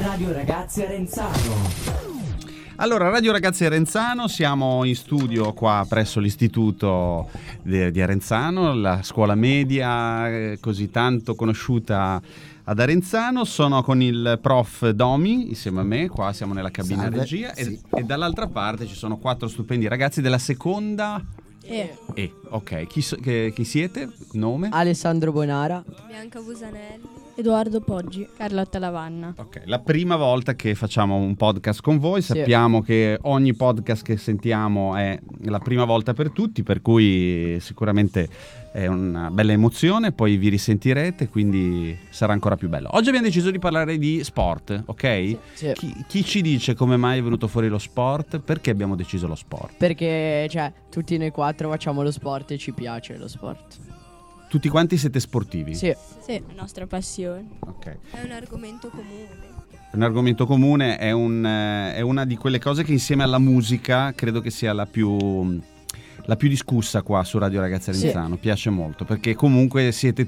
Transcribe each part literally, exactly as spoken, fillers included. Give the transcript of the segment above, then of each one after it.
Radio Ragazzi Arenzano. Allora, Radio Ragazzi Arenzano, siamo in studio qua presso l'istituto di, di Arenzano, la scuola media eh, così tanto conosciuta ad Arenzano. Sono con il prof Domi insieme a me, qua siamo nella cabina Salve. regia e, Sì. e dall'altra parte ci sono quattro stupendi ragazzi della seconda E. E. Ok, chi, so- che- chi siete? Nome? Alessandro Bonara, Bianca Busanelli. Edoardo Poggi. Carlotta Lavanna. Ok, la prima volta che facciamo un podcast con voi, Sì. sappiamo che ogni podcast che sentiamo è la prima volta per tutti, per cui sicuramente è una bella emozione, poi vi risentirete, quindi sarà ancora più bello. Oggi abbiamo deciso di parlare di sport, ok? sì. Chi, chi ci dice come mai è venuto fuori lo sport? Perché abbiamo deciso lo sport? Perché cioè tutti noi quattro facciamo lo sport e ci piace lo sport. Tutti quanti siete sportivi? Sì, Sì, la nostra passione. Ok. È un argomento comune. È un argomento comune, è, un, eh, è una di quelle cose che insieme alla musica credo che sia la più, la più discussa qua su Radio Ragazzi Arenzano. Piace molto perché comunque siete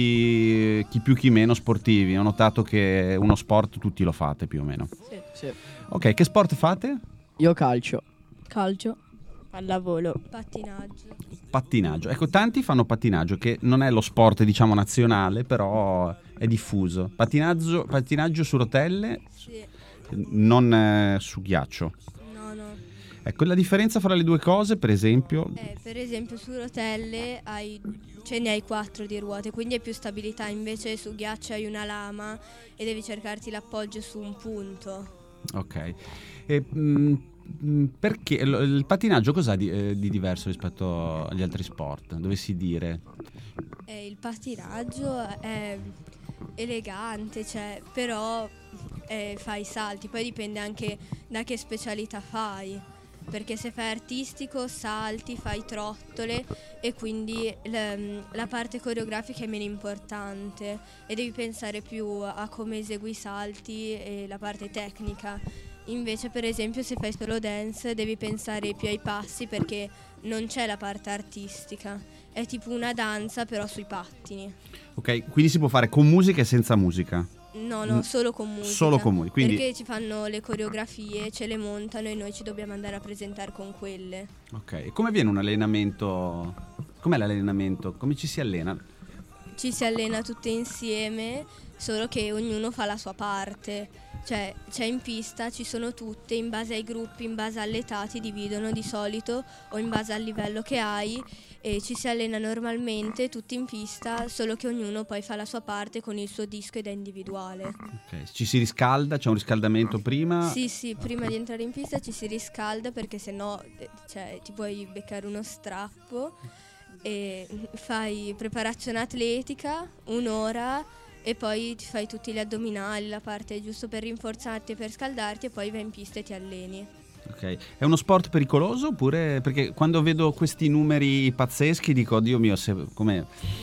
tutti, chi più chi meno, sportivi. Ho notato che uno sport tutti lo fate più o meno. sì, sì. Ok, che sport fate? Io calcio. Calcio. Pallavolo. Pattinaggio. Pattinaggio. Ecco, tanti fanno pattinaggio, che non è lo sport diciamo nazionale, però è diffuso. Pattinaggio, pattinaggio su rotelle, Sì. non eh, su ghiaccio. No, no. Ecco, la differenza fra le due cose, per esempio... Eh, per esempio su rotelle hai, ce ne hai quattro di ruote, quindi hai più stabilità. Invece su ghiaccio hai una lama e devi cercarti l'appoggio su un punto. Ok. E, mh, mh, perché il, il pattinaggio cos'ha di, eh, di diverso rispetto agli altri sport? Dovessi dire. Eh, il pattinaggio è elegante, cioè, però eh, fai salti, poi dipende anche da che specialità fai. Perché se fai artistico salti, fai trottole e quindi l- la parte coreografica è meno importante e devi pensare più a come esegui i salti e la parte tecnica. Invece per esempio se fai solo dance devi pensare più ai passi perché non c'è la parte artistica, è tipo una danza però sui pattini. Ok, quindi si può fare con musica e senza musica? No, no, solo con musica. Solo con musica, quindi... Perché ci fanno le coreografie, ce le montano e noi ci dobbiamo andare a presentare con quelle. Ok, e come viene un allenamento? Com'è l'allenamento? Come ci si allena? Ci si allena tutte insieme, solo che ognuno fa la sua parte. Cioè, c'è in pista, ci sono tutte, in base ai gruppi, in base all'età ti dividono di solito o in base al livello che hai e ci si allena normalmente tutti in pista, solo che ognuno poi fa la sua parte con il suo disco ed è individuale. Ok, ci si riscalda? C'è un riscaldamento prima? Sì, sì, prima di entrare in pista ci si riscalda perché sennò eh, cioè, ti puoi beccare uno strappo e fai preparazione atletica, un'ora e poi ti fai tutti gli addominali, la parte giusto per rinforzarti e per scaldarti e poi vai in pista e ti alleni. Ok, è uno sport pericoloso oppure perché quando vedo questi numeri pazzeschi dico Dio mio, se, com'è?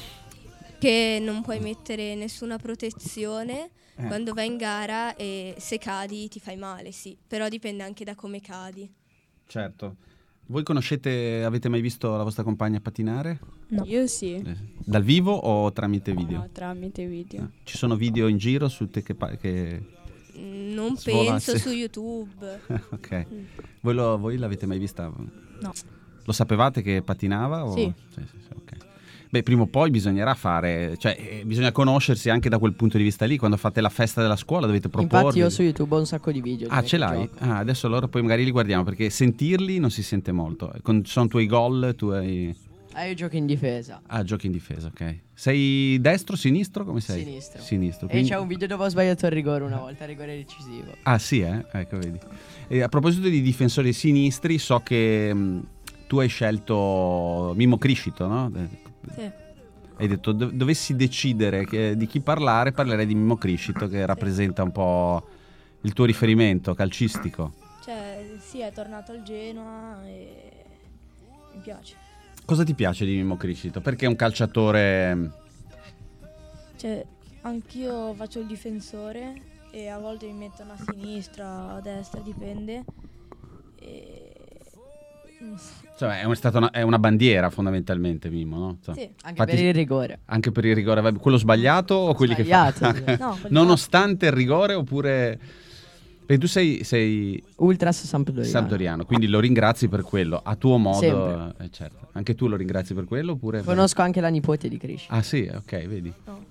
Che non puoi mettere nessuna protezione Eh. quando vai in gara e se cadi ti fai male, sì, però dipende anche da come cadi. Certo. Voi conoscete, avete mai visto la vostra compagna pattinare? No. Io sì. Eh, Dal vivo o tramite video? No, tramite video. Eh, Ci sono video in giro su te che... pa- che... Mm, Non Svolasse. penso su YouTube. ok. Voi, lo- voi l'avete mai vista? No. Lo sapevate che pattinava? O... Sì. Sì, sì, sì, ok. Beh, prima o poi bisognerà fare, cioè eh, bisogna conoscersi anche da quel punto di vista lì. Quando fate la festa della scuola dovete proporvi. Infatti io su YouTube ho un sacco di video. di Ah, me ce che l'hai? gioco. Ah, adesso allora poi magari li guardiamo perché sentirli non si sente molto. Con, ci sono tuoi gol, tu hai... Ah, io gioco in difesa. Ah, giochi in difesa, ok. Sei destro, sinistro? Come sei? Sinistro. Sinistro. E quindi- c'è un video dove ho sbagliato il rigore una volta, rigore decisivo. Ah sì, eh? Ecco, vedi. E a proposito di difensori sinistri, so che mh, tu hai scelto Mimmo Criscito, no? Eh, Sì. Hai detto, do- dovessi decidere che- di chi parlare, parlerei di Mimmo Criscito, che rappresenta un po' il tuo riferimento calcistico. Cioè, sì, è tornato al Genoa e mi piace. Cosa ti piace di Mimmo Criscito? Perché è un calciatore... Cioè, anch'io faccio il difensore e a volte mi mettono a sinistra, a destra, dipende. E Insomma, è, un- stata una, è una bandiera fondamentalmente, Mimmo, no? Insomma, Sì. Anche Infatti- per il rigore. Anche per il rigore, vabbè, quello sbagliato o quelli Sbagliato, che sì. fa? No, quelli Nonostante il rigore oppure... Perché tu sei, sei Ultras Sampdoria. sampdoriano, quindi lo ringrazi per quello, a tuo modo. Sempre. Eh, certo. Anche tu lo ringrazi per quello oppure... Conosco anche la nipote di Crisci. Ah sì, ok, vedi. No.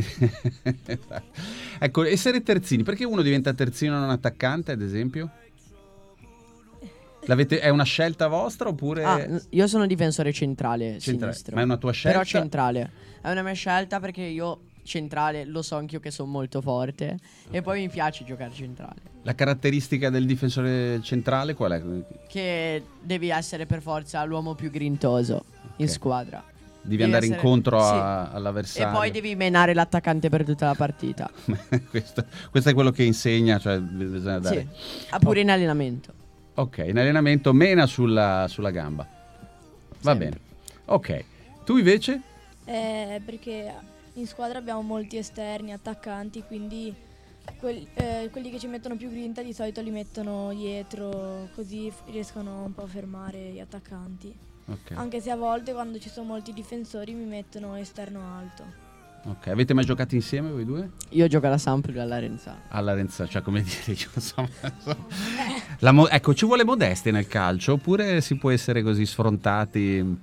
Ecco, essere terzini, perché uno diventa terzino e non attaccante, ad esempio? L'avete, è una scelta vostra oppure... Ah, n- io sono difensore centrale, Centrale. sinistro. Ma è una tua scelta? Però centrale. È una mia scelta perché io centrale lo so anch'io che sono molto forte e poi mi piace giocare centrale. La caratteristica del difensore centrale qual è? Che devi essere per forza l'uomo più grintoso in Ok. squadra. Devi andare essere- incontro sì. a- E all'avversario. poi devi menare l'attaccante per tutta la partita. questo, questo è quello che insegna, cioè bisogna dare... Sì. Ah, pure in allenamento. Ok, in allenamento mena sulla, sulla gamba. Va Sempre. bene. Ok. Tu invece? Eh, perché in squadra abbiamo molti esterni, attaccanti, quindi quel- eh, quelli che ci mettono più grinta di solito li mettono dietro, così f- riescono un po' a fermare gli attaccanti. Ok. Anche se a volte quando ci sono molti difensori mi mettono esterno alto. Ok, avete mai giocato insieme voi due? Io gioco alla Sampdoria alla Renzano. Alla Renza, cioè come dire, io insomma, insomma. La mo- ecco, ci vuole modestia nel calcio oppure si può essere così sfrontati?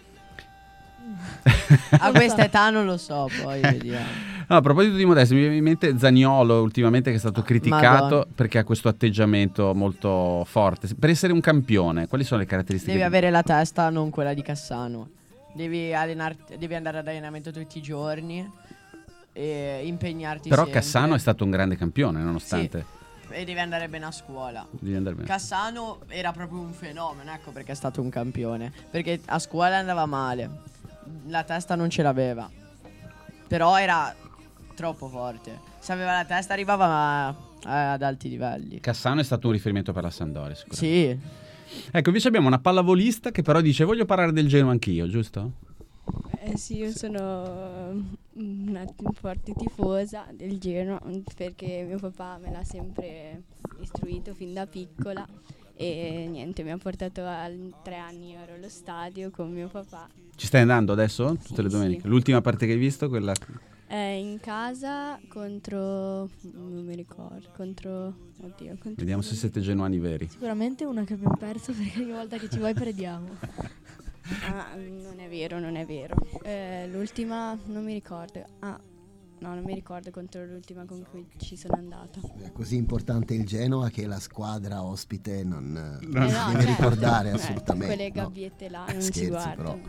A questa età non lo so, poi vediamo. No, a proposito di modestia, mi viene in mente Zaniolo ultimamente che è stato criticato Madonna. perché ha questo atteggiamento molto forte. Per essere un campione, quali sono le caratteristiche? Devi avere la testa, non quella di Cassano. Devi, allenarti, devi andare ad allenamento tutti i giorni e impegnarti Però sempre. Cassano è stato un grande campione, nonostante. E devi andare bene a scuola. Devi andare bene. Cassano era proprio un fenomeno, ecco perché è stato un campione. Perché a scuola andava male, la testa non ce l'aveva. Però era troppo forte. Se aveva la testa arrivava a- a- ad alti livelli. Cassano è stato un riferimento per la Sampdoria, sicuramente. Sì. Ecco, invece abbiamo una pallavolista che però dice voglio parlare del Genoa anch'io, giusto? Eh sì, io sono una forte tifosa del Genoa perché mio papà me l'ha sempre istruito fin da piccola e niente, mi ha portato a tre anni, ero allo stadio con mio papà. Ci stai andando adesso? Tutte Sì, le domeniche? sì. L'ultima parte che hai visto? Quella... Eh, in casa contro, non mi ricordo, contro, oddio, contro Vediamo se siete genuani veri. Sicuramente una che abbiamo perso perché ogni volta che ci vai perdiamo. Ah, non è vero, non è vero. Eh, l'ultima, non mi ricordo. Ah, no, non mi ricordo contro l'ultima con cui ci sono andata. È così importante il Genoa che la squadra ospite non, non Eh si no, deve certo, ricordare certo, assolutamente. Quelle no. gabbiette là Eh, non si scherzi, guardano.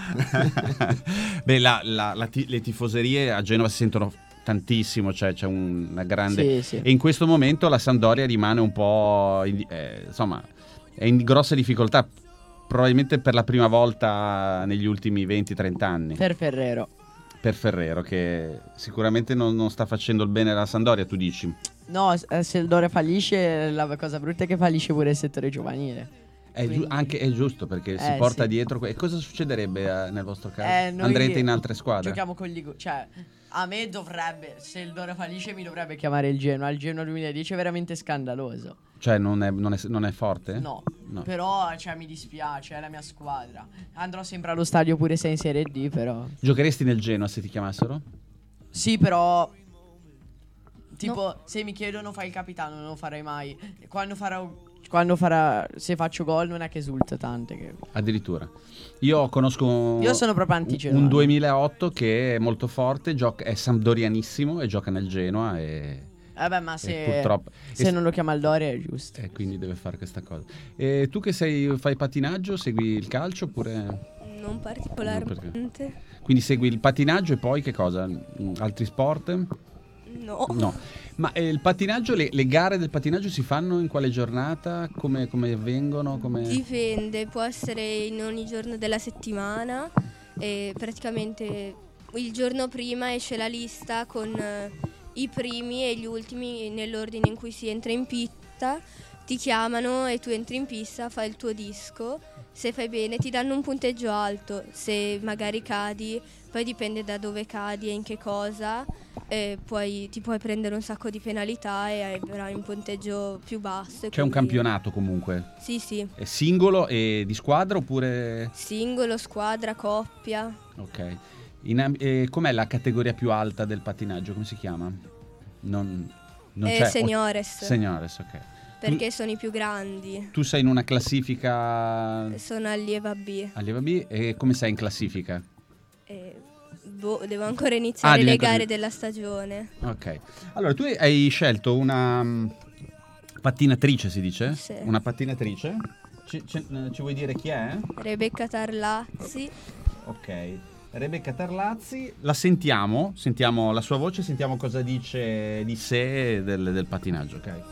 Beh, la- la- la ti- le tifoserie a Genova si sentono tantissimo, cioè c'è un- una grande... Sì, sì. E in questo momento la Sampdoria rimane un po'... in- eh, insomma, è in grossa difficoltà, probabilmente per la prima volta negli ultimi venti trenta anni. Per Ferrero. Per Ferrero, che sicuramente non, non sta facendo il bene alla Sampdoria, tu dici. No, s- eh, se il Dore fallisce, la cosa brutta è che fallisce pure il settore giovanile. È, giu- Quindi- anche, è giusto perché si Eh, porta sì. dietro. que- E cosa succederebbe eh, nel vostro caso? Eh, noi Andrete in altre squadre? Giochiamo con gli... Cioè, a me dovrebbe, se il Dore fallisce mi dovrebbe chiamare il Genoa. Il Genoa duemiladieci è veramente scandaloso. Cioè, non è, non è- non è forte? No, No. però cioè, mi dispiace, è la mia squadra. Andrò sempre allo stadio pure se è in Serie D, però... Giocheresti nel Genoa se ti chiamassero? Sì, però... Tipo, se mi chiedono fai il capitano, non lo farei mai. Quando farò... Quando farà... Se faccio gol non è che esulto tanto. Che... Addirittura. Io conosco un, Io sono proprio anti-Genoa. un duemilaotto che è molto forte, gioca- è sampdorianissimo e gioca nel Genoa e, Vabbè, ma e se... purtroppo... Se e- non lo chiama il Dore è giusto. e quindi deve fare questa cosa. E tu che sei, fai patinaggio, segui il calcio oppure... Non particolarmente. Quindi segui il patinaggio e poi che cosa? Mm, Altri sport? No. No. Ma eh, il patinaggio, le, le gare del patinaggio si fanno in quale giornata? Come, come avvengono? Come... Dipende, può essere in ogni giorno della settimana e praticamente il giorno prima esce la lista con eh, i primi e gli ultimi nell'ordine in cui si entra in pista, ti chiamano e tu entri in pista, fai il tuo disco, se fai bene ti danno un punteggio alto, se magari cadi, poi dipende da dove cadi e in che cosa, e poi ti puoi prendere un sacco di penalità e avrai un punteggio più basso. C'è un campionato comunque? Sì, sì. È singolo e di squadra oppure? Singolo, squadra, coppia. Ok. In, eh, com'è la categoria più alta del pattinaggio? Come si chiama? Non, non Eh, c'è. seniores. O, seniores, ok. Perché Tu, sono i più grandi. tu sei in una classifica Sono allieva B. allieva B e come sei in classifica? E, boh, devo ancora iniziare Ah, le devi ancora- gare della stagione. Ok. Allora, tu hai scelto una mm, pattinatrice, si dice? Sì. Una pattinatrice? Ci, ci- eh, ci vuoi dire chi è? Rebecca Tarlazzi. Ok. Rebecca Tarlazzi, la sentiamo, sentiamo la sua voce, sentiamo cosa dice di sé e del, del pattinaggio, ok?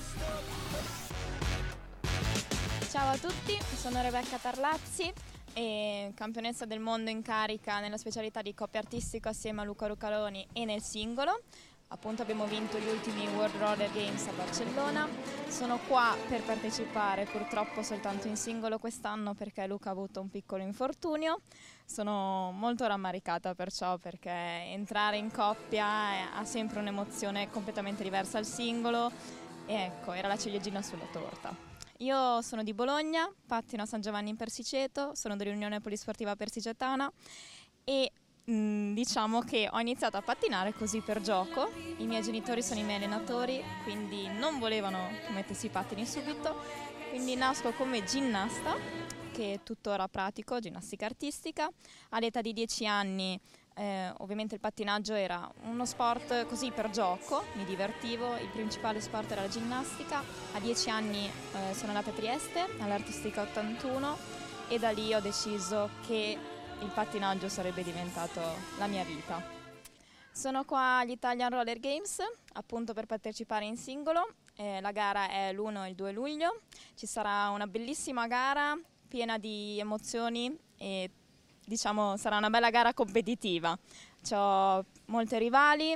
Ciao a tutti, sono Rebecca Tarlazzi e campionessa del mondo in carica nella specialità di coppia artistico assieme a Luca Rucaloni e nel singolo. Appunto abbiamo vinto gli ultimi World Roller Games a Barcellona. Sono qua per partecipare purtroppo soltanto in singolo quest'anno perché Luca ha avuto un piccolo infortunio. Sono molto rammaricata perciò perché entrare in coppia è- ha sempre un'emozione completamente diversa al singolo e ecco, era la ciliegina sulla torta. Io sono di Bologna, pattino a San Giovanni in Persiceto, sono dell'Unione Polisportiva Persicetana e mh, diciamo che ho iniziato a pattinare così per gioco. I miei genitori sono i miei allenatori, quindi non volevano che mettessi i pattini subito, quindi nasco come ginnasta, che tuttora pratico, ginnastica artistica. All'età di dieci anni eh, ovviamente il pattinaggio era uno sport così per gioco, mi divertivo, il principale sport era la ginnastica. A dieci anni eh, sono andata a Trieste, all'Artistica ottantuno, e da lì ho deciso che il pattinaggio sarebbe diventato la mia vita. Sono qua agli Italian Roller Games, appunto per partecipare in singolo. Eh, la gara è l'primo e il due luglio. Ci sarà una bellissima gara piena di emozioni e diciamo sarà una bella gara competitiva. C'ho molte rivali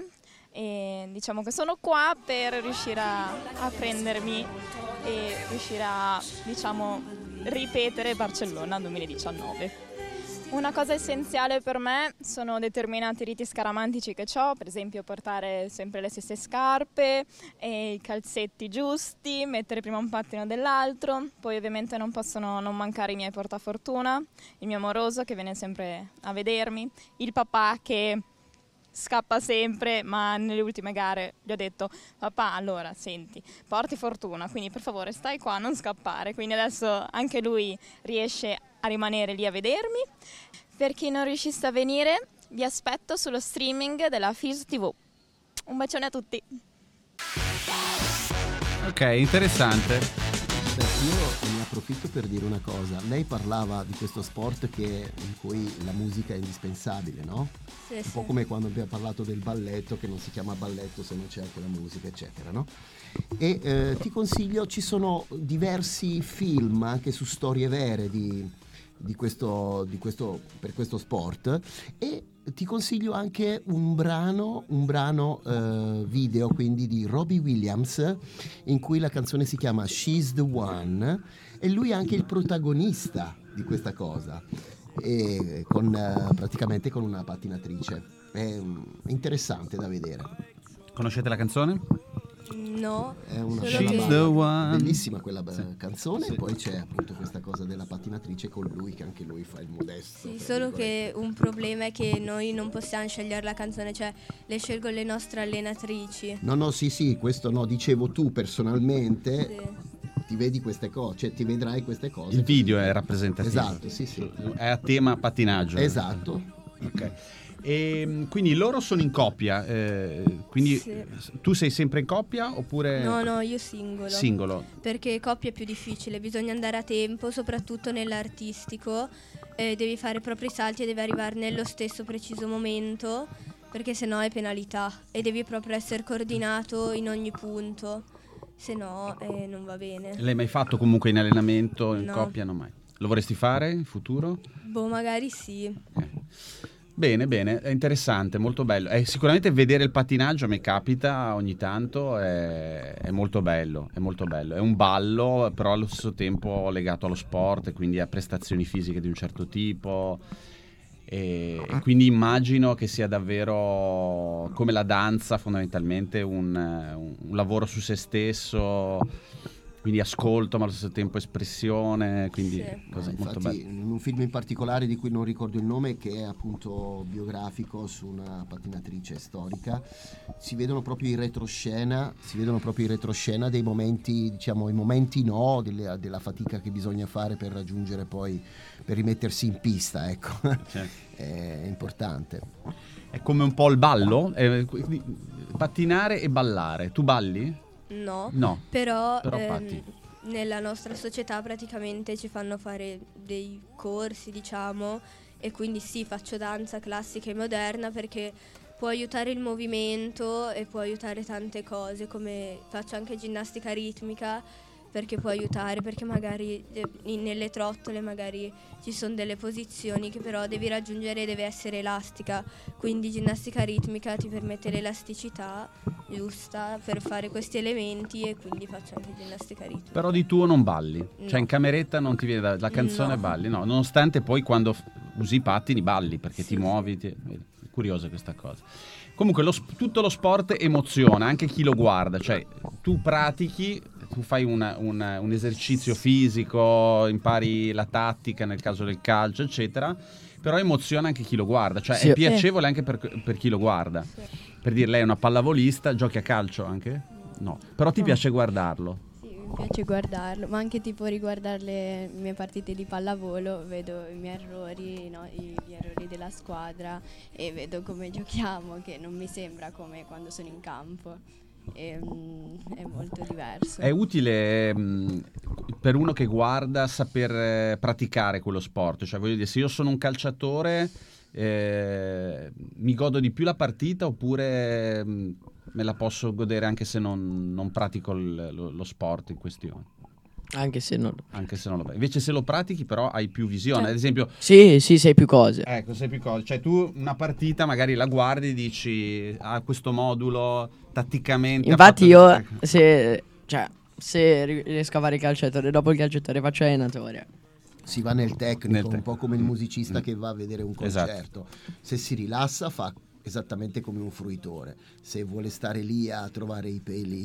e diciamo che sono qua per riuscire a, a prendermi e riuscire a diciamo ripetere Barcellona duemiladiciannove. Una cosa essenziale per me sono determinati riti scaramantici che ho, per esempio portare sempre le stesse scarpe, e i calzetti giusti, mettere prima un pattino dell'altro, poi ovviamente non possono non mancare i miei portafortuna, il mio amoroso che viene sempre a vedermi, il papà che scappa sempre, ma nelle ultime gare gli ho detto: papà, allora senti, porti fortuna, quindi per favore stai qua, non scappare. Quindi adesso anche lui riesce a rimanere lì a vedermi. Per chi non riuscisse a venire, vi aspetto sullo streaming della Fizz tivù. Un bacione a tutti. Ok, interessante. Beh, io ne approfitto per dire una cosa. Lei parlava di questo sport che, in cui la musica è indispensabile, no? Sì, Un sì. po' come quando abbiamo parlato del balletto, che non si chiama balletto se non c'è anche la musica, eccetera, no? E eh, ti consiglio, ci sono diversi film anche su storie vere di, di questo, di questo, per questo sport, e ti consiglio anche un brano, un brano eh, video, quindi di Robbie Williams, in cui la canzone si chiama She's the One e lui è anche il protagonista di questa cosa, e con, eh, praticamente con una pattinatrice. È mm, interessante da vedere. Conoscete la canzone? No, È una solo bella che- She's ballad, the one. bellissima quella be- Sì. canzone, Sì. e poi c'è appunto questa cosa della pattinatrice con lui, che anche lui fa il modesto. Sì, tra solo virgolette. che un problema è che noi non possiamo scegliere la canzone, cioè le scelgo le nostre allenatrici. No, no, sì, sì, questo no, dicevo tu personalmente Sì. ti vedi queste cose, cioè ti vedrai queste cose. Il video è rappresentativo. Esatto, sì, sì. È a tema pattinaggio. Esatto. Ok. E, quindi loro sono in coppia, eh, quindi Sì. tu sei sempre in coppia oppure No, no, io singolo. singolo? Perché coppia è più difficile, bisogna andare a tempo, soprattutto nell'artistico, eh, devi fare proprio i salti e devi arrivare nello stesso preciso momento, perché sennò è penalità e devi proprio essere coordinato in ogni punto, se no eh, non va bene. L'hai mai fatto comunque in allenamento, in No. coppia? No, mai. Lo vorresti fare in futuro? Boh, magari sì. Eh. Bene, bene, è interessante, molto bello. Eh, sicuramente vedere il pattinaggio mi capita ogni tanto, è, è molto bello, è molto bello. È un ballo, però allo stesso tempo legato allo sport, quindi a prestazioni fisiche di un certo tipo. E, e quindi immagino che sia davvero come la danza, fondamentalmente un, un lavoro su se stesso, quindi ascolto ma allo stesso tempo espressione, quindi Sì. cose Eh, molto infatti, belle. in un film in particolare di cui non ricordo il nome, che è appunto biografico su una pattinatrice storica, si vedono proprio in retroscena, si vedono proprio in retroscena dei momenti, diciamo, i momenti no, delle- della fatica che bisogna fare per raggiungere poi, per rimettersi in pista, ecco. Cioè, È importante. è come un po' il ballo, eh, quindi pattinare e ballare. Tu balli? No, No. però, Però ehm, patti. nella nostra società praticamente ci fanno fare dei corsi, diciamo, e quindi sì, faccio danza classica e moderna perché può aiutare il movimento e può aiutare tante cose, come faccio anche ginnastica ritmica perché può aiutare, perché magari eh, in- nelle trottole magari ci sono delle posizioni che però devi raggiungere e deve essere elastica, quindi ginnastica ritmica ti permette l'elasticità giusta per fare questi elementi e quindi faccio anche ginnastica ritmica. Però di tuo non balli, cioè No. in cameretta non ti viene da- la canzone No. balli, no, nonostante poi quando f- usi i pattini balli perché ti Sì, muovi, ti- vedi, è curiosa questa cosa. Comunque lo sp- tutto lo sport emoziona anche chi lo guarda, cioè tu pratichi, tu fai una- una- un esercizio fisico, impari la tattica nel caso del calcio, eccetera, però emoziona anche chi lo guarda, cioè Sì. è piacevole anche per, per chi lo guarda. Sì. Per dire, lei è una pallavolista, giochi a calcio anche? No, però ti piace guardarlo. Sì, mi piace guardarlo, ma anche tipo riguardare le mie partite di pallavolo, vedo i miei errori, no, i, gli errori della squadra e vedo come giochiamo, che non mi sembra come quando sono in campo. E, mm, è molto diverso. È utile mh, per uno che guarda saper eh, praticare quello sport, cioè voglio dire, se io sono un calciatore eh, mi godo di più la partita oppure mh, me la posso godere anche se non, non pratico il- lo, lo sport in questione, Anche se non... anche se non lo invece se lo pratichi però hai più visione, Cioè- ad esempio Sì, sì, sai più cose. ecco, sai più cose. Cioè, tu una partita magari la guardi e dici ha questo modulo tatticamente. ha Infatti fatto- io, ecco. se, cioè, se ri- riesco a fare il calciatore, dopo il calciatore faccio allenatore. Si va nel tecnico, Nel un tec- po' come il musicista Mm. che va a vedere un Esatto. concerto. Se si rilassa fa esattamente come un fruitore. Se vuole stare lì a trovare i peli,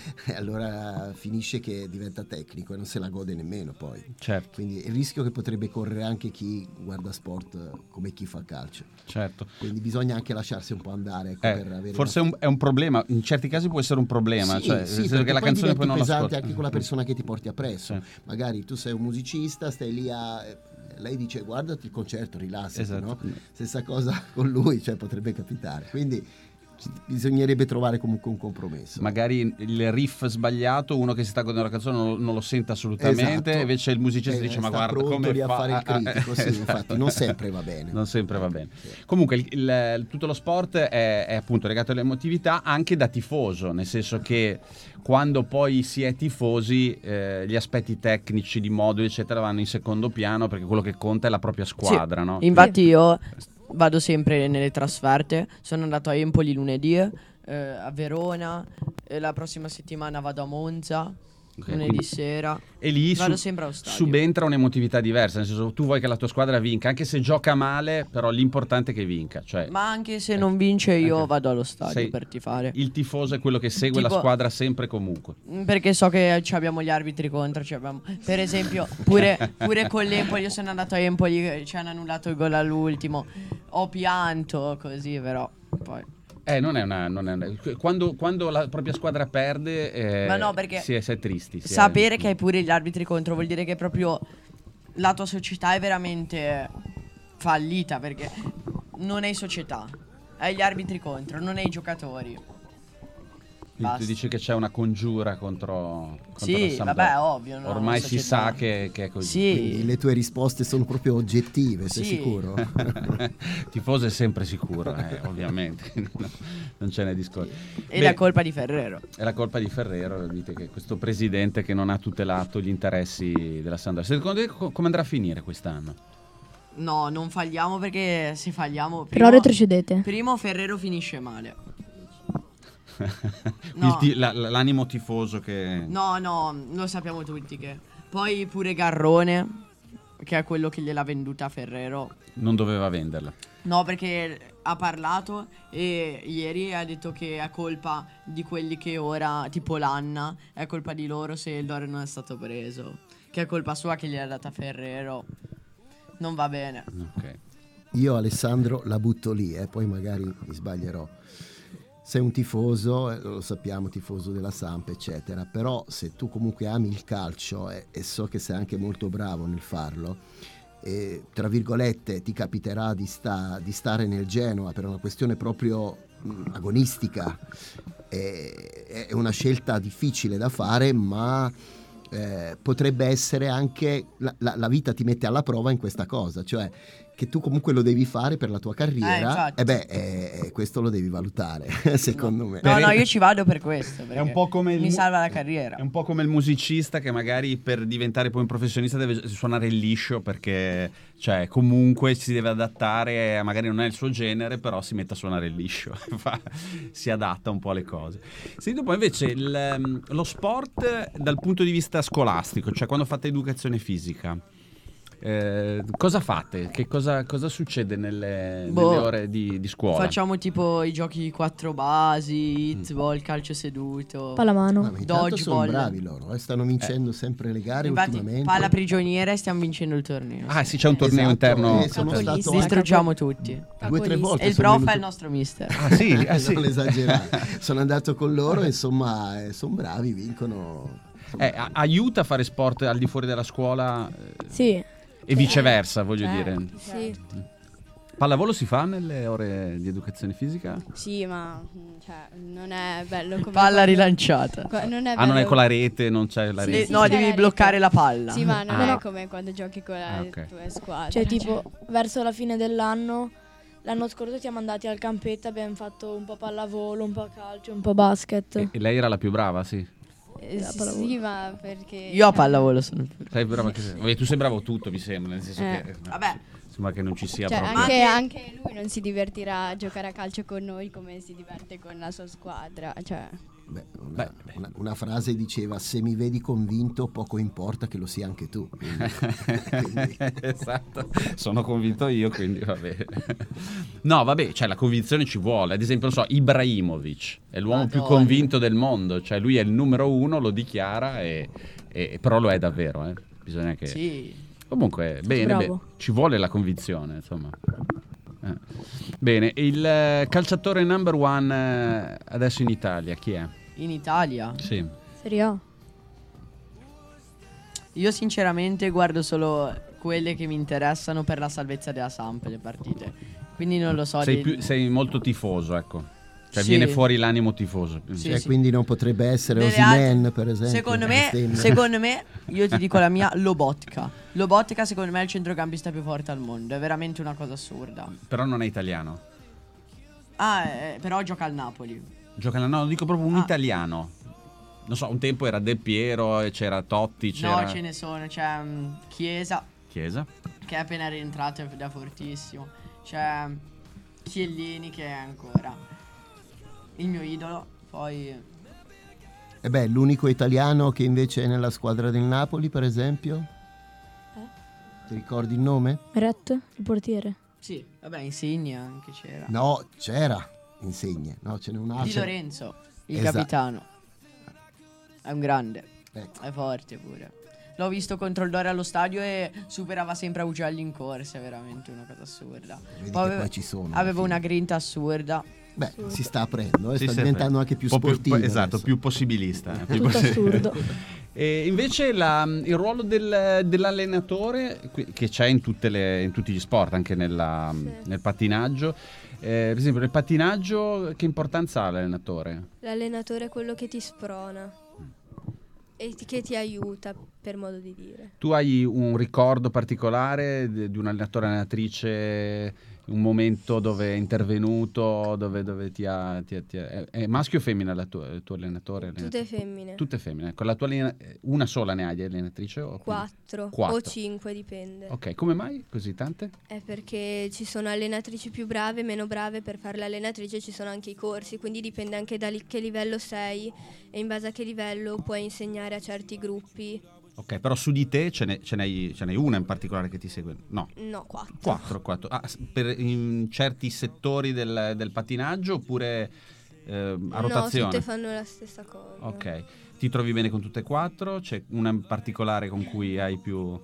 allora finisce che diventa tecnico e non se la gode nemmeno poi. Certo, Quindi il rischio che potrebbe correre anche chi guarda sport eh, come chi fa calcio. certo. Quindi bisogna anche lasciarsi un po' andare, ecco, Eh, per avere forse è una- un, è un problema, in certi casi può essere un problema, Sì, cioè, sì, nel senso perché che la poi canzone diventi poi non la pesante ascolti. anche con la persona che ti porti appresso. Sì. Magari tu sei un musicista, stai lì a... lei dice guardati il concerto, rilassati, Esatto. no? Stessa cosa con lui, cioè potrebbe capitare. Quindi ci- bisognerebbe trovare comunque un compromesso. Magari il riff sbagliato, uno che si sta godendo la canzone non, non lo sente assolutamente, Esatto. invece il musicista Eh, dice ma sta guarda pronto come lì a fa fare il ah, ah, critico, sì, esatto. infatti non sempre va bene. Non sempre va bene. Sì. Comunque il- il- tutto lo sport è, è appunto legato all'emotività anche da tifoso, nel senso che quando poi si è tifosi eh, gli aspetti tecnici di moduli eccetera vanno in secondo piano perché quello che conta è la propria squadra, no? Infatti io vado sempre nelle trasferte. Sono andato a Empoli lunedì, eh, a Verona, e la prossima settimana vado a Monza, Ok, lunedì quindi- sera. E lì Vado su- sempre allo stadio. subentra un'emotività diversa, nel senso tu vuoi che la tua squadra vinca, anche se gioca male, però l'importante è che vinca, cioè Ma anche se non vince io Ok. vado allo stadio Sei- per tifare. il tifoso è quello che segue la Tipo- squadra sempre e comunque. Mm, Perché so che ci abbiamo gli arbitri contro, ci abbiamo- per esempio pure, pure con l'Empoli, io sono andato a Empoli, eh, ci hanno annullato il gol all'ultimo, ho pianto così, però poi... Eh, non è una. Non è una- quando, quando la propria squadra perde, eh, Ma no, perché si è, si è tristi. si è- sapere che hai pure gli arbitri contro vuol dire che proprio la tua società è veramente fallita, perché non hai società, hai gli arbitri contro, non hai i giocatori. Quindi tu Basta. dici che c'è una congiura contro, contro Sì, la Sampdoria. vabbè, ovvio, no, Ormai la si società. sa che, che è così. Quindi Sì, le tue risposte sono proprio oggettive, sei Sì. sicuro? Tifoso è sempre sicuro, eh, ovviamente. Non ce n'è discorso. e Beh, la colpa di Ferrero. È la colpa di Ferrero, dite che questo presidente che non ha tutelato gli interessi della Sampdoria. Secondo te co- come andrà a finire quest'anno? No, non falliamo, perché se falliamo Però primo, retrocedete. primo Ferrero finisce male. Il ti- la- la- l'animo tifoso che... No, no, lo sappiamo tutti che. Poi pure Garrone, che è quello che gliel'ha venduta Ferrero. Non doveva venderla. No, perché ha parlato e ieri ha detto che è colpa di quelli che ora, tipo l'Anna, è colpa di loro se il Dore non è stato preso. Che è colpa sua che gliel'ha data Ferrero. Non va bene. Ok. Io Alessandro la butto lì, eh, poi magari mi sbaglierò. Sei un tifoso, eh, lo sappiamo, tifoso della Samp, eccetera, però se tu comunque ami il calcio e, e so che sei anche molto bravo nel farlo, e, tra virgolette ti capiterà di, sta, di stare nel Genoa per una questione proprio mh, agonistica, e, è una scelta difficile da fare, ma eh, potrebbe essere anche, la, la, la vita ti mette alla prova in questa cosa, cioè che tu comunque lo devi fare per la tua carriera, e eh, beh, eh, questo lo devi valutare, secondo no. me. No, no, io ci vado per questo, È un po' come il mi mu- salva la carriera. È un po' come il musicista che magari per diventare poi un professionista deve suonare il liscio, perché cioè comunque si deve adattare, magari non è il suo genere, però si mette a suonare il liscio, si adatta un po' alle cose. Senti, poi invece il, lo sport dal punto di vista scolastico, cioè quando fate educazione fisica, Eh, cosa fate? Che cosa, cosa succede nelle, Boh, nelle ore di, di scuola? Facciamo tipo i giochi quattro basi, hitball, calcio seduto, pallamano, Ma intanto sono dodgeball. bravi loro, eh, stanno vincendo sempre le gare. Infatti, ultimamente. palla prigioniera e stiamo vincendo il torneo. Ah sì, c'è un torneo Esatto, interno. e sono Capolisti. stato anche Distruggiamo tutti. due o tre volte. E il sono prof venuto- è il nostro mister. Ah sì, eh, sì. Non esagerare. Sono andato con loro, insomma, eh, sono bravi, vincono. Eh, a- aiuta a fare sport al di fuori della scuola, eh, Sì, e viceversa, voglio Certo, dire. Sì, Pallavolo si fa nelle ore di educazione fisica? sì, ma mm, cioè, non è bello come Palla quando- rilanciata. qua- non è Ah, non è bello- con la rete, non c'è la Sì, rete. sì, no, c'è devi la bloccare rete. la palla. Sì, ma non Ah. è come quando giochi con la Ah, ok. tua squadra. cioè tipo verso la fine dell'anno, l'anno scorso siamo andati al campetto, abbiamo fatto un po' pallavolo, un po' calcio, un po' basket. E, e lei era la più brava, sì. Eh, la sì, pallavolo. sì, ma perché Io a pallavolo sono più. Sei brava che sei. Vabbè, tu sei bravo tutto, mi sembra, nel senso Eh. che Vabbè. sembra che non ci sia Cioè, proprio. anche, anche lui non si divertirà a giocare a calcio con noi come si diverte con la sua squadra. Cioè, Beh, una, Beh, beh. una- una frase diceva: se mi vedi convinto, poco importa che lo sia anche tu. Quindi- quindi- Esatto, sono convinto io, quindi va bene. No, vabbè, cioè la convinzione ci vuole. Ad esempio, non so, Ibrahimovic è l'uomo più Madonna. convinto del mondo, cioè lui è il numero uno, lo dichiara, e, e- però lo è davvero, eh. Bisogna che... Sì. Comunque, bene, Bravo. beh, ci vuole la convinzione, insomma. Eh. Bene, il eh, calciatore number one eh, adesso in Italia, chi è? In Italia. Sì. Serie A. Io sinceramente guardo solo quelle che mi interessano per la salvezza della Samp, le partite. Quindi non lo so. Sei, di- più- sei molto tifoso, ecco. Cioè Sì. viene fuori l'animo tifoso. Sì, Cioè, sì. quindi non potrebbe essere Delle Osimhen, altre- per esempio. Secondo me, Stem- secondo me, io ti dico la mia, Lobotka. Lobotka secondo me è il centrocampista più forte al mondo. È veramente una cosa assurda. Però non è italiano. Ah, eh, però gioca al Napoli. Gioca, no, dico proprio un Ah. italiano. Non so, un tempo era Del Piero, e c'era Totti, c'era No, ce ne sono. C'è mm, Chiesa, Chiesa. che è appena rientrato ed è fortissimo. C'è mm, Chiellini, che è ancora il mio idolo. Poi E beh, l'unico italiano che invece è nella squadra del Napoli, per esempio? Ti ricordi il nome? Meret, il portiere. sì, vabbè, Insigne anche c'era. No, c'era Insigne. No, ce n'è un Di altro. Lorenzo, il Esatto. capitano. È un grande. Ecco. È forte pure. L'ho visto contro il Dore allo stadio e superava sempre Augelli in corsa. È veramente una cosa assurda. Vedi Poi che aveva, poi ci sono. alla aveva fine. una grinta assurda. Beh, si sta aprendo, eh, Sì, sta sì, diventando anche più un po' sportivo. esatto, adesso. più possibilista. eh, più Tutto possi- assurdo. E invece la- il ruolo del- dell'allenatore, qui- che c'è in, tutte le- in tutti gli sport, anche nella- nel pattinaggio. Eh, per esempio, nel pattinaggio, che importanza ha l'allenatore? L'allenatore è quello che ti sprona e ti- che ti aiuta, per modo di dire. Tu hai un ricordo particolare di di un allenatore allenatrice, un momento dove è intervenuto, dove, dove ti ha, ti ha- ti ha- è, è maschio o femmina la tua- il tuo allenatore? Tutte femmine. Tutte femmine. Con la tua allena- una sola ne hai di allenatrice? O Quattro, Quattro. o cinque, dipende. Ok, come mai così tante? È perché ci sono allenatrici più brave e meno brave. Per fare l'allenatrice ci sono anche i corsi, quindi dipende anche da li- che livello sei e in base a che livello puoi insegnare a certi gruppi Ok, però su di te ce n'è, ce n'hai, ce n'hai una in particolare che ti segue? No. No, quattro. Quattro, quattro. Ah, s- per in certi settori del, del patinaggio oppure eh, a rotazione? No, tutte fanno la stessa cosa. Ok. Ti trovi bene con tutte e quattro? C'è una in particolare con cui hai più...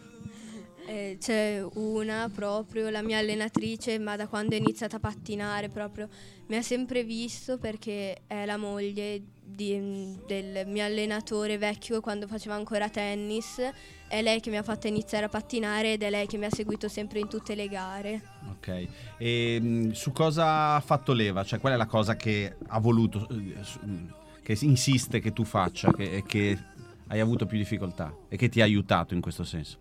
Eh, c'è una proprio, la mia allenatrice, ma da quando ho iniziato a pattinare proprio mi ha sempre visto, perché è la moglie di- del mio allenatore vecchio quando faceva ancora tennis. È lei che mi ha fatto iniziare a pattinare ed è lei che mi ha seguito sempre in tutte le gare. Ok. E mh, su cosa ha fatto leva? Cioè, qual è la cosa che ha voluto, eh, su- mh, che insiste che tu faccia, che, che hai avuto più difficoltà e che ti ha aiutato in questo senso?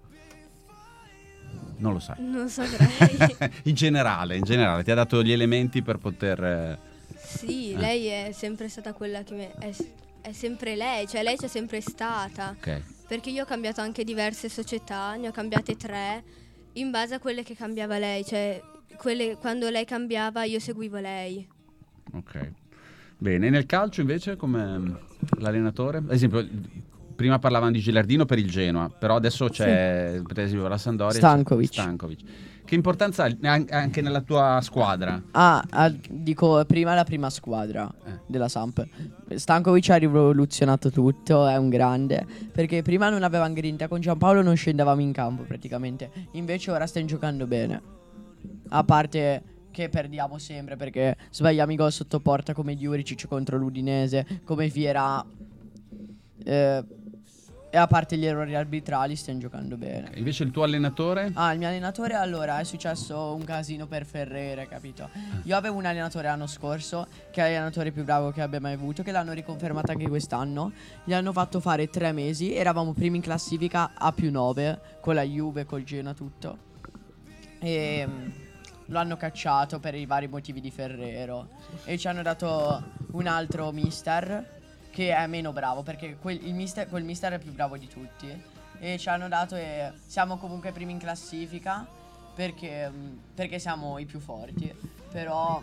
Non lo sai. Non saprei. in generale, in generale, ti ha dato gli elementi per poter... eh, Sì, Eh. lei è sempre stata quella che mi- è, è sempre lei, cioè lei c'è sempre stata. Ok. Perché io ho cambiato anche diverse società, ne ho cambiate tre, in base a quelle che cambiava lei, cioè quelle, quando lei cambiava io seguivo lei. Ok. Bene, nel calcio invece come mh, l'allenatore? Ad esempio, prima parlavano di Gilardino per il Genoa, però adesso c'è per esempio la Sampdoria. Stankovic. c'è Stankovic. Che importanza ha an- anche nella tua squadra? Ah, ah, dico prima la prima squadra Eh. della Samp. Stankovic ha rivoluzionato tutto, è un grande. Perché prima non avevamo grinta, con Giampaolo non scendevamo in campo praticamente. Invece ora stiamo giocando bene. A parte che perdiamo sempre perché sbagliamo i gol sotto porta come Juricic contro l'Udinese, come Vieira. Eh, e a parte gli errori arbitrali stiamo giocando bene. Invece il tuo allenatore? Ah, il mio allenatore, allora, è successo un casino per Ferrere, capito? Io avevo un allenatore l'anno scorso, che è l'allenatore più bravo che abbia mai avuto, che l'hanno riconfermato anche quest'anno. Gli hanno fatto fare tre mesi, eravamo primi in classifica a più nove, con la Juve, col Genoa, tutto. E mm, lo hanno cacciato per i vari motivi di Ferrero. E ci hanno dato un altro mister, che è meno bravo, perché quel, il mister, quel mister è più bravo di tutti. E ci hanno dato e siamo comunque primi in classifica perché, mh, perché siamo i più forti. Però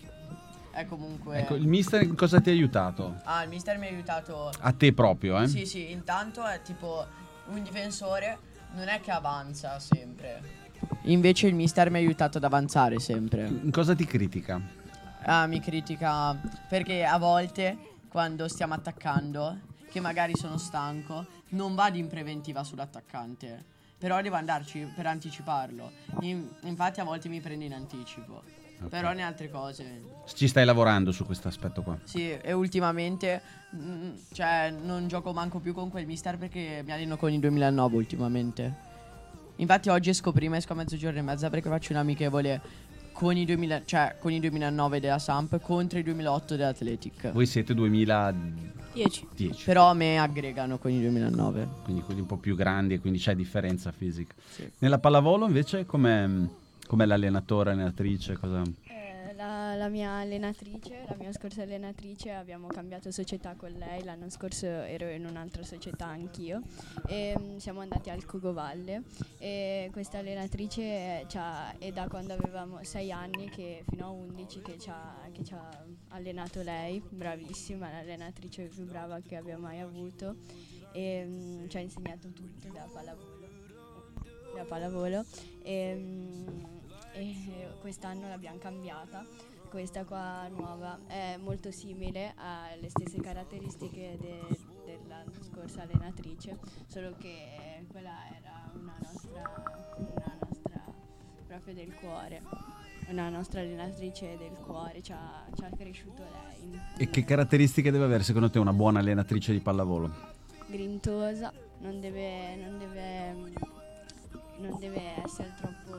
è comunque... Ecco, il mister cosa ti ha aiutato? Ah, il mister mi ha aiutato... A te proprio, eh? Sì, sì, intanto è tipo un difensore, non è che avanza sempre. Invece il mister mi ha aiutato ad avanzare sempre. In cosa ti critica? Ah, mi critica perché a volte quando stiamo attaccando, che magari sono stanco, non vado in preventiva sull'attaccante, però devo andarci per anticiparlo. In- infatti a volte mi prende in anticipo. Ok. Però ne altre cose. Ci stai lavorando su questo aspetto qua? Sì, e ultimamente mm, cioè non gioco manco più con quel mister perché mi alleno con i duemilanove ultimamente. Infatti oggi esco prima, esco a mezzogiorno e mezza perché faccio un amichevole con i duemila, cioè con i duemilanove della Samp contro i duemilaotto dell'Athletic. Voi siete duemiladieci, dieci. Però a me aggregano con i duemilanove. quindi quelli un po' più grandi e quindi c'è differenza fisica. Sì. Nella pallavolo invece com'è, com'è l'allenatore, allenatrice? Cosa... Eh, la, la mia allenatrice, la mia scorsa allenatrice, abbiamo cambiato società con lei. L'anno scorso ero in un'altra società anch'io e mm, siamo andati al Cogovalle e questa allenatrice eh, c'ha- è da quando avevamo sei anni che fino a undici che ci ha, che ci ha allenato lei, bravissima, l'allenatrice più brava che abbia mai avuto e mm, ci ha insegnato tutto da pallavolo, da pallavolo e, mm, e quest'anno l'abbiamo cambiata. Questa qua nuova è molto simile, ha le stesse caratteristiche de- della scorsa allenatrice, solo che quella era una nostra, una nostra proprio del cuore, una nostra allenatrice del cuore, ci ha, ci ha cresciuto lei. E che caratteristiche deve avere secondo te una buona allenatrice di pallavolo? Grintosa, non deve, non deve, non deve essere troppo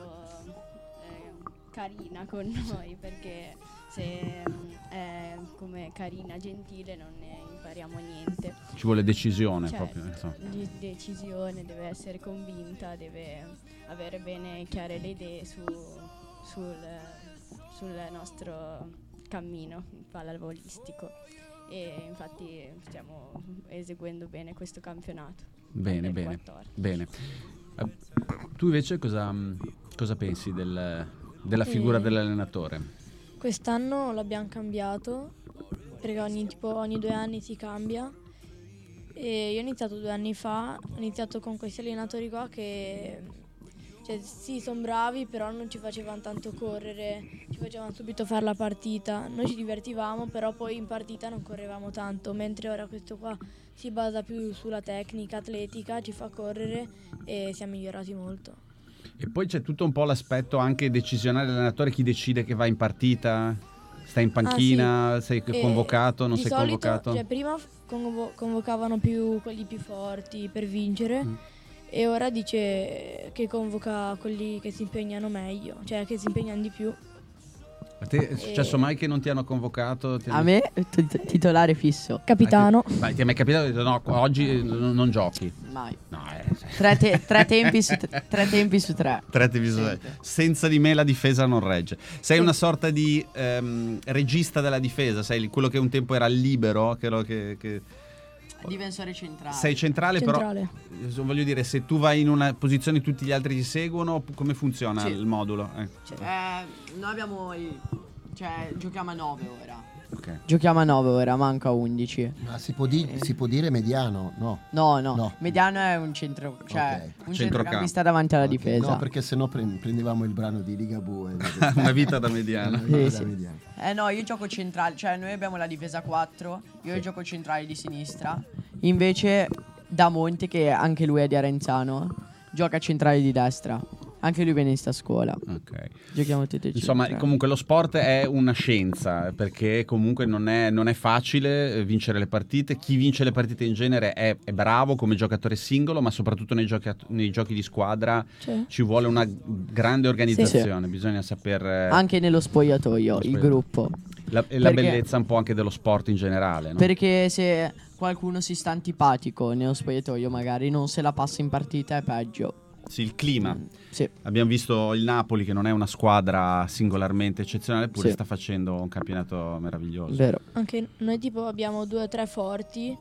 eh, carina con noi, perché se mm, è come carina, gentile, non ne impariamo niente. Ci vuole decisione Certo, proprio. insomma. di decisione, deve essere convinta, deve avere bene chiare le idee su, sul, sul nostro cammino pallavolistico. E infatti stiamo eseguendo bene questo campionato. Bene, del bene, quattordici. bene. Eh, tu invece cosa, cosa pensi del- della figura Eh. dell'allenatore? Quest'anno l'abbiamo cambiato perché ogni, tipo, ogni due anni si cambia. E E io ho iniziato due anni fa, ho iniziato con questi allenatori qua che, cioè, sì, sono bravi, però non ci facevano tanto correre, ci facevano subito fare la partita. Noi ci divertivamo, però poi in partita non correvamo tanto, mentre ora questo qua si basa più sulla tecnica atletica, ci fa correre e siamo migliorati molto. E poi c'è tutto un po' l'aspetto anche decisionale dell'allenatore, chi decide che va in partita, stai in panchina, Ah, sì. sei E convocato, non di sei solito, convocato? Cioè, prima convo- convocavano più quelli più forti per vincere. Mm. E ora dice che convoca quelli che si impegnano meglio, cioè che si impegnano di più. A te è successo E- mai che non ti hanno convocato? Ti A hanno- me tit- titolare fisso. Capitano. Vai, ti è mai capitato di dire no, qua oggi non, non giochi? Mai. No, eh, Tre, te- tre tempi su tre, tre tempi su tre. Tre divisori. Senza di me la difesa non regge. Sei una sorta di ehm, regista della difesa, sei quello che un tempo era libero, quello che, che... Difensore centrale. sei centrale, Centrale. però eh, voglio dire, se tu vai in una posizione tutti gli altri ti seguono, come funziona Sì. il modulo? Eh, Eh, noi abbiamo il, cioè giochiamo a nove ora. ok. Giochiamo a nove ora, manca undici. Ma si può, di- si può dire mediano? No. No, no, No. Mediano è un centro, cioè Ok. un Centrocampo. centrocampista davanti alla Ok, difesa. No, perché sennò pre- prendevamo il brano di Ligabue. Una vita da mediano. Sì, Da sì. mediano. Eh no, io gioco centrale, cioè noi abbiamo la difesa quattro, io Sì. gioco centrale di sinistra. Invece Damonte, che anche lui è di Arenzano, gioca centrale di destra. Anche lui viene in sta scuola. Ok. Giochiamo tutti e Insomma, centrali. comunque lo sport è una scienza, perché comunque non è, non è facile eh, vincere le partite. Chi vince le partite in genere è, è bravo come giocatore singolo, ma soprattutto nei giochi, nei giochi di squadra Cioè, ci vuole una grande organizzazione, bisogna saper... eh, Anche nello spogliatoio, Lo il spogliatoio. gruppo. la, e la perché- bellezza un po' anche dello sport in generale, no? Perché se qualcuno si sta antipatico nello spogliatoio, magari non se la passa in partita, è peggio. Sì, il clima. Sì. Abbiamo visto il Napoli, che non è una squadra singolarmente eccezionale, eppure Sì. sta facendo un campionato meraviglioso. Vero. anche noi tipo abbiamo due o tre forti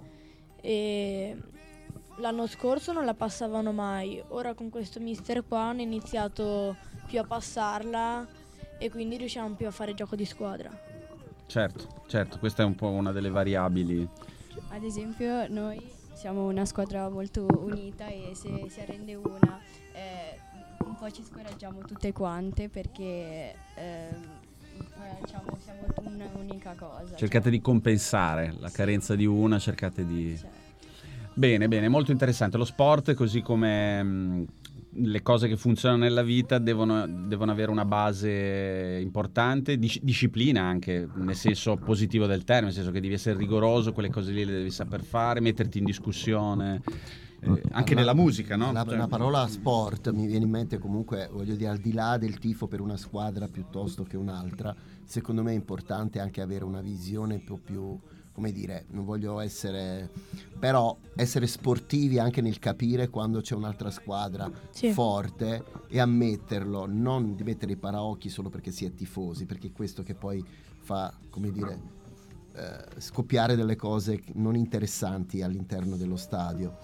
e l'anno scorso non la passavano mai. Ora con questo mister qua hanno iniziato più a passarla e quindi riusciamo più a fare gioco di squadra. Certo, certo, questa è un po' una delle variabili. Ad esempio noi siamo una squadra molto unita e se si arrende una eh, un po' ci scoraggiamo tutte quante perché ehm, eh, diciamo siamo un'unica cosa. Cercate di compensare la carenza di una, cercate di... cioè, Bene, bene, molto interessante. Lo sport, così come mh, le cose che funzionano nella vita, devono, devono avere una base importante, dis- disciplina anche, nel senso positivo del termine, nel senso che devi essere rigoroso, quelle cose lì le devi saper fare, metterti in discussione, eh, anche La- nella musica, no? La, Cioè- la parola sport mi viene in mente comunque, voglio dire, al di là del tifo per una squadra piuttosto che un'altra, secondo me è importante anche avere una visione un po' più, come dire, non voglio essere, però essere sportivi anche nel capire quando c'è un'altra squadra Sì. forte e ammetterlo, non di mettere i paraocchi solo perché si è tifosi, perché è questo che poi fa, come dire, eh, scoppiare delle cose non interessanti all'interno dello stadio.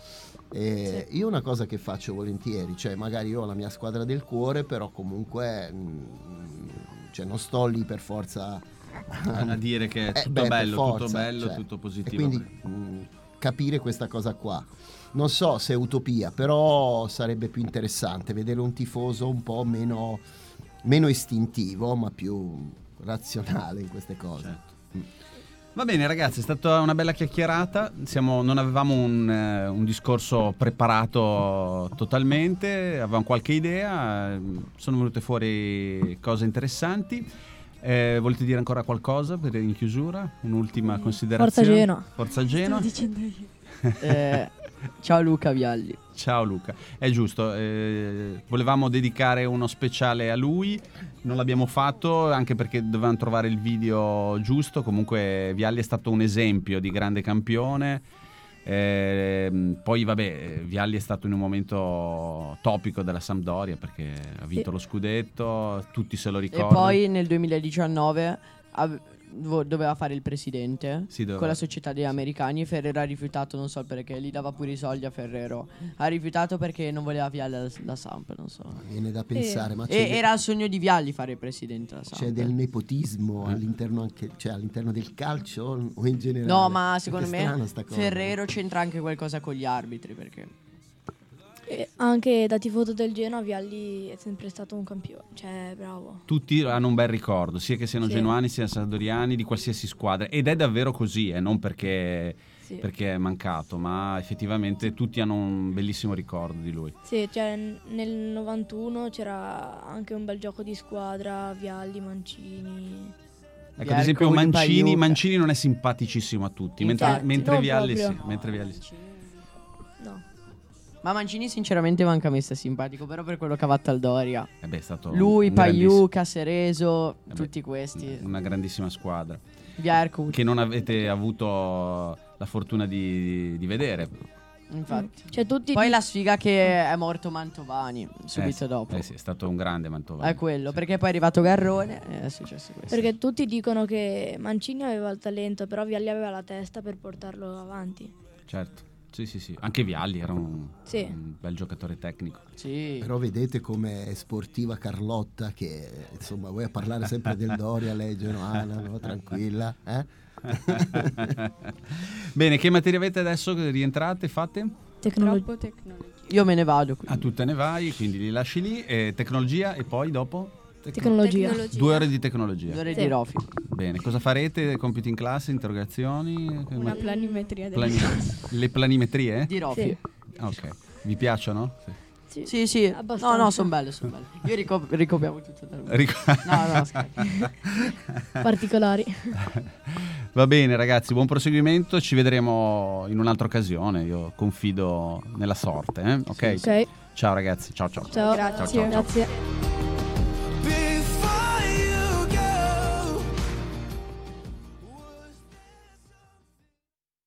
E io una cosa che faccio volentieri, cioè magari io ho la mia squadra del cuore, però comunque mm, cioè non sto lì per forza a dire che è Eh, tutto beh, per bello, forza, tutto bello, cioè, tutto e positivo. quindi mh, capire questa cosa qua. Non so se è utopia, però sarebbe più interessante vedere un tifoso un po' meno, meno istintivo, ma più razionale in queste cose. Certo. Va bene ragazzi, è stata una bella chiacchierata. Siamo, non avevamo un, eh, un discorso preparato totalmente, avevamo qualche idea, eh, sono venute fuori cose interessanti. Eh, volete dire ancora qualcosa per in chiusura? Un'ultima considerazione? Forza Genoa. Forza Genoa. stavo dicendo io. Eh, ciao Luca Vialli. Ciao Luca, è giusto, eh, volevamo dedicare uno speciale a lui, non l'abbiamo fatto anche perché dovevamo trovare il video giusto. Comunque Vialli è stato un esempio di grande campione, eh, poi vabbè Vialli è stato in un momento topico della Sampdoria perché ha vinto Sì. lo scudetto, tutti se lo E ricordano. poi nel duemiladiciannove av- vo- doveva fare il presidente Sì, doveva. con la società degli americani. Ferrero ha rifiutato, non so perché, gli dava pure i soldi a Ferrero. Ha rifiutato perché non voleva Vialli da, da Samp, non so. Viene da pensare, ma c'è, E de- era il sogno di Vialli fare il presidente da Samp. c'è del nepotismo all'interno anche, cioè all'interno del calcio o in generale? No, ma secondo È me strana sta cosa. Ferrero c'entra anche qualcosa con gli arbitri, perché E anche da tifoso del Genoa Vialli è sempre stato un campione, cioè bravo. Tutti hanno un bel ricordo, sia che siano Sì. genuani sia salvadoriani, di qualsiasi squadra, ed è davvero così, eh, non perché, Sì. perché è mancato, ma effettivamente tutti hanno un bellissimo ricordo di lui. Sì, cioè n- nel novantuno c'era anche un bel gioco di squadra, Vialli, Mancini. Ecco, ad Biarco, esempio Udi Mancini, Baiuca. Mancini non è simpaticissimo a tutti, mentre, Infatti, mentre non Vialli sì, proprio. mentre Vialli sì. No. Ma Mancini sinceramente manca a me sta simpatico, però per quello che ha fatto al Doria. Eh beh, è stato Lui, un grandissimo- Paiuca, Sereso, Eh beh, tutti questi. una grandissima squadra Biarco, che non avete avuto la fortuna di, di vedere. infatti. Cioè tutti Poi di- la sfiga che è morto Mantovani subito Eh sì, dopo. eh sì, è stato un grande Mantovani. È quello, perché poi è arrivato Garrone e è successo questo. Perché tutti dicono che Mancini aveva il talento, però Vialli aveva la testa per portarlo avanti. Certo, sì sì sì, anche Vialli era un, Sì. un bel giocatore tecnico. Sì. Però vedete come è sportiva Carlotta, che insomma vuoi a parlare sempre del Doria, lei genuana, no? Tranquilla, eh? Bene, che materia avete adesso? Rientrate, fate? Tecnolo- Troppo tecnologia. Io me ne vado qui. Ah, tu te ne vai, quindi li lasci lì. E tecnologia e poi dopo? Tecno- Tecnologia. Due ore di tecnologia. Due ore Sì. di Rofi. Bene, cosa farete? Compiti in classe, interrogazioni? Una planimetria del Plani- Le planimetrie? Di Rofi. Sì. Ok. Vi piacciono? Sì. Sì. Sì, sì. Abbastanza. No, no, sono belle, sono belle. Io rico- ricopiamo tutto da lui. Ric- No, no, scherzo. Particolari. Va bene ragazzi, buon proseguimento, ci vedremo in un'altra occasione, io confido nella sorte, eh? Ok? Ok. Ciao ragazzi, ciao ciao. Ciao. Grazie. Ciao, ciao, ciao. Grazie.